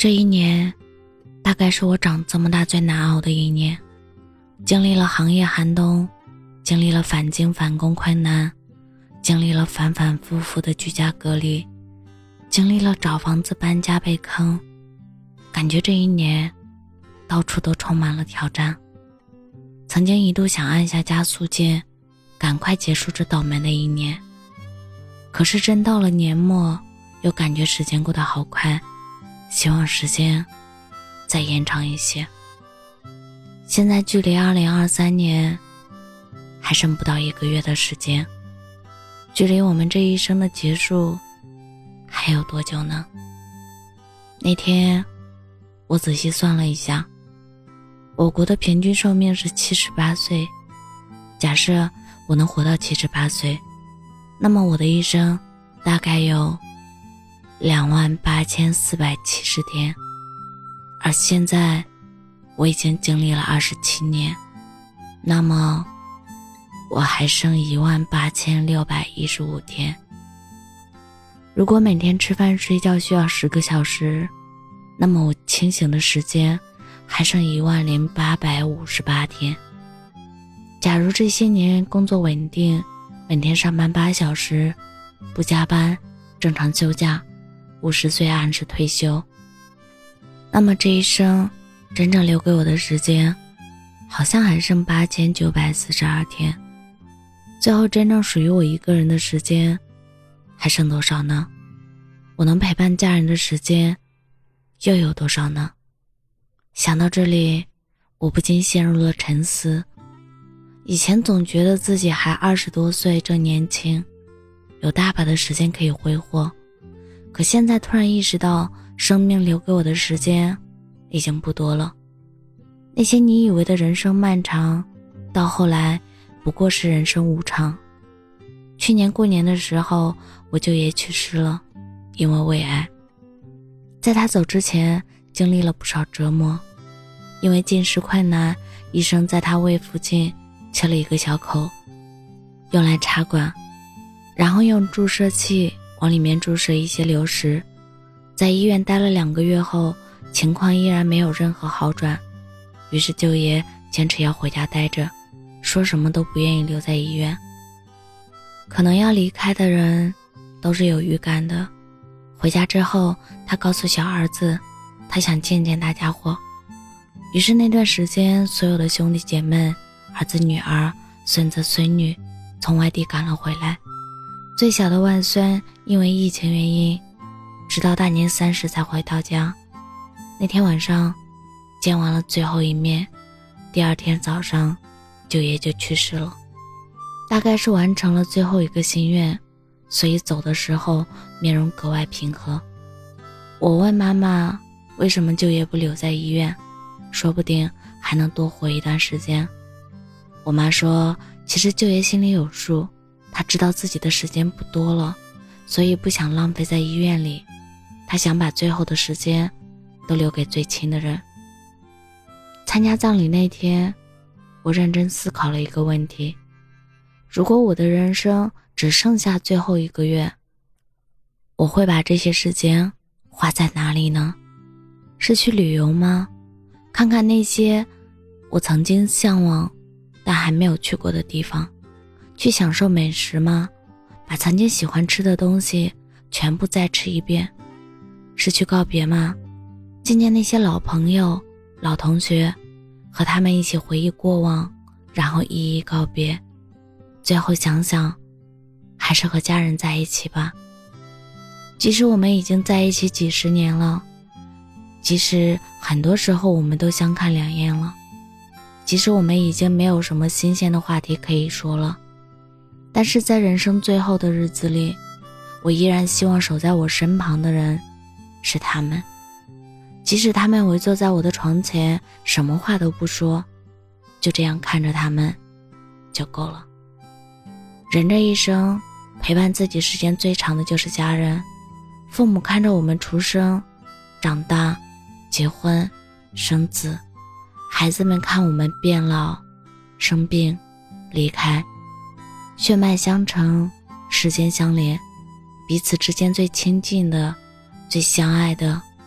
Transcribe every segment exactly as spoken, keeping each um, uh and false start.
这一年大概是我长这么大最难熬的一年，经历了行业寒冬，经历了返京返工困难，经历了反反复复的居家隔离，经历了找房子搬家被坑，感觉这一年到处都充满了挑战。曾经一度想按下加速键，赶快结束这倒霉的一年，可是真到了年末，又感觉时间过得好快，希望时间再延长一些。现在距离二零二三年还剩不到一个月的时间，距离我们这一生的结束还有多久呢？那天我仔细算了一下，我国的平均寿命是七十八岁。假设我能活到七十八岁，那么我的一生大概有两万八千四百七十天，而现在我已经经历了二十七年，那么我还剩一万八千六百一十五天。如果每天吃饭睡觉需要十个小时，那么我清醒的时间还剩一万零八百五十八天。假如这些年工作稳定，每天上班八小时，不加班，正常休假，五十岁按时退休，那么这一生真正留给我的时间好像还剩八千九百四十二天。最后真正属于我一个人的时间还剩多少呢？我能陪伴家人的时间又有多少呢？想到这里，我不禁陷入了沉思。以前总觉得自己还二十多岁，正年轻，有大把的时间可以挥霍，可现在突然意识到，生命留给我的时间已经不多了。那些你以为的人生漫长，到后来不过是人生无常。去年过年的时候，我舅爷去世了，因为胃癌。在他走之前，经历了不少折磨，因为进食困难，医生在他胃附近切了一个小口，用来插管，然后用注射器往里面注射一些流食。在医院待了两个月后，情况依然没有任何好转，于是舅爷坚持要回家待着，说什么都不愿意留在医院。可能要离开的人都是有预感的。回家之后，他告诉小儿子，他想见见大家伙。于是那段时间，所有的兄弟姐妹、儿子女儿、孙子孙女从外地赶了回来。最小的外孙因为疫情原因，直到大年三十才回到家。那天晚上见完了最后一面，第二天早上舅爷就去世了。大概是完成了最后一个心愿，所以走的时候面容格外平和。我问妈妈，为什么舅爷不留在医院，说不定还能多活一段时间。我妈说，其实舅爷心里有数，他知道自己的时间不多了，所以不想浪费在医院里，他想把最后的时间都留给最亲的人。参加葬礼那天，我认真思考了一个问题，如果我的人生只剩下最后一个月，我会把这些时间花在哪里呢？是去旅游吗？看看那些我曾经向往但还没有去过的地方，去享受美食吗？把曾经喜欢吃的东西全部再吃一遍。是去告别吗？见见那些老朋友、老同学，和他们一起回忆过往，然后一一告别。最后想想，还是和家人在一起吧。即使我们已经在一起几十年了，即使很多时候我们都相看两厌了，即使我们已经没有什么新鲜的话题可以说了，但是在人生最后的日子里，我依然希望守在我身旁的人是他们。即使他们围坐在我的床前，什么话都不说，就这样看着他们就够了。人这一生，陪伴自己时间最长的就是家人。父母看着我们出生、长大、结婚、生子，孩子们看我们变老、生病、离开，血脉相承，时间相连，彼此之间最亲近的、最相爱的，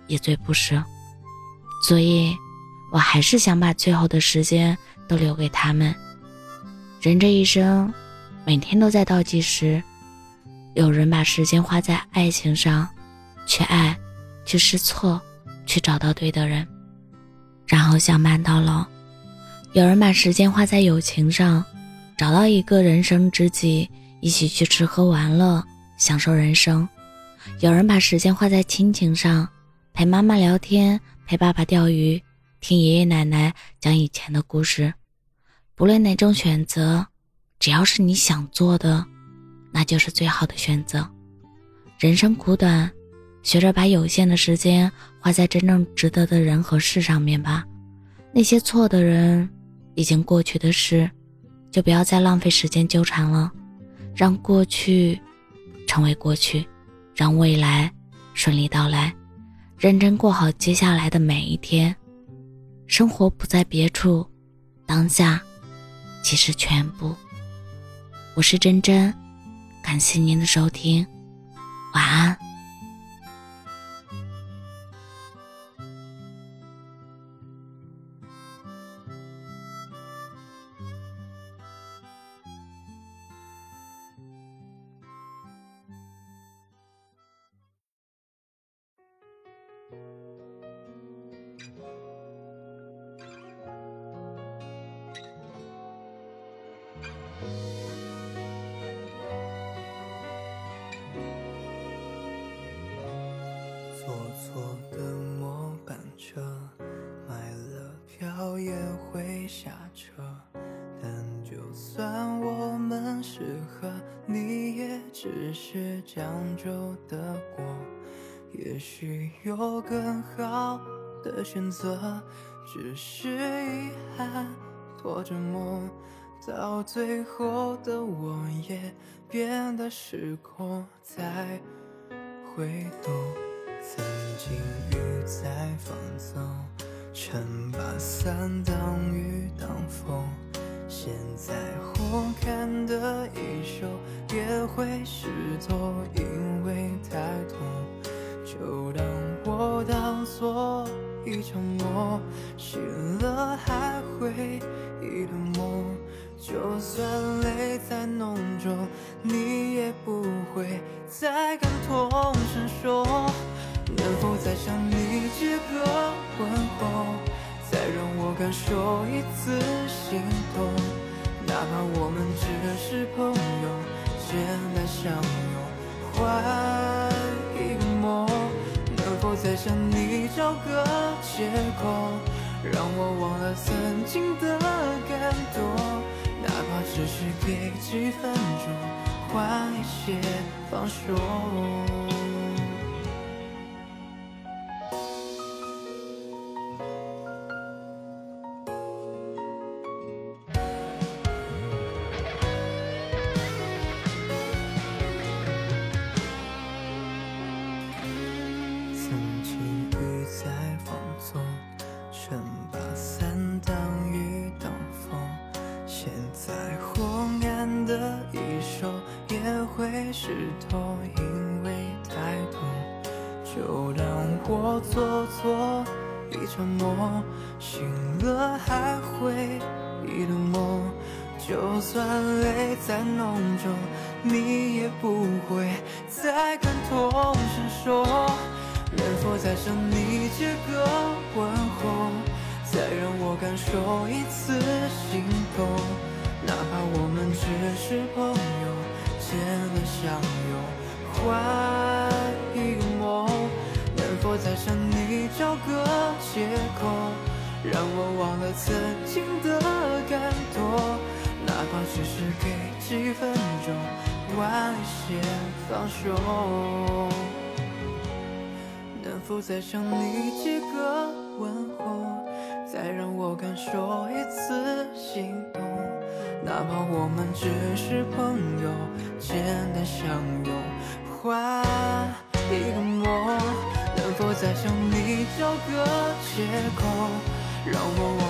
也最不舍。所以我还是想把最后的时间都留给他们。人这一生每天都在倒计时，有人把时间花在爱情上，去爱，去试错，去找到对的人，然后相伴到老。有人把时间花在友情上，找到一个人生知己，一起去吃喝玩乐，享受人生。有人把时间花在亲情上，陪妈妈聊天，陪爸爸钓鱼，听爷爷奶奶讲以前的故事。不论哪种选择，只要是你想做的，那就是最好的选择。人生苦短，学着把有限的时间花在真正值得的人和事上面吧。那些错的人，已经过去的事，就不要再浪费时间纠缠了，让过去成为过去，让未来顺利到来，认真过好接下来的每一天。生活不在别处，当下即是全部。我是真真，感谢您的收听，晚安。 坐错的末班车，买了票也会下车，但就算我们适合，你也只是将就的过。也许有更好的选择，只是遗憾拖着磨，到最后的我也变得失控，才会懂。曾经雨在放纵，撑把伞当雨当风，现在我看的衣袖也会湿透，因为太痛。就当我当作一场梦，醒了还回忆的梦，就算泪在浓中，你也不会再感同身受。能否再向你借个问候，再让我感受一次心动，哪怕我们只是朋友，简单相拥，换一个梦。能否再向你找个借口，让我忘了曾经的感动，哪怕只是给几分钟，换一些放手。曾经雨在放纵，撑把伞当雨当风，现在昏暗的衣袖也会湿透，因为太痛。就让我做做一场梦，醒了还回忆的梦，就算泪在浓中，你也不会再感同身受。能否再向你借个问候，再让我感受一次心动，哪怕我们只是朋友，简单相拥，换一个梦。能否再向你找个借口，让我忘了曾经的感动，哪怕只是给几分钟，晚一些放手。能否再向你借个问候，再让我感受一次心动，哪怕我们只是朋友，简单相拥，换一个梦。能否再向你找个借口，让我忘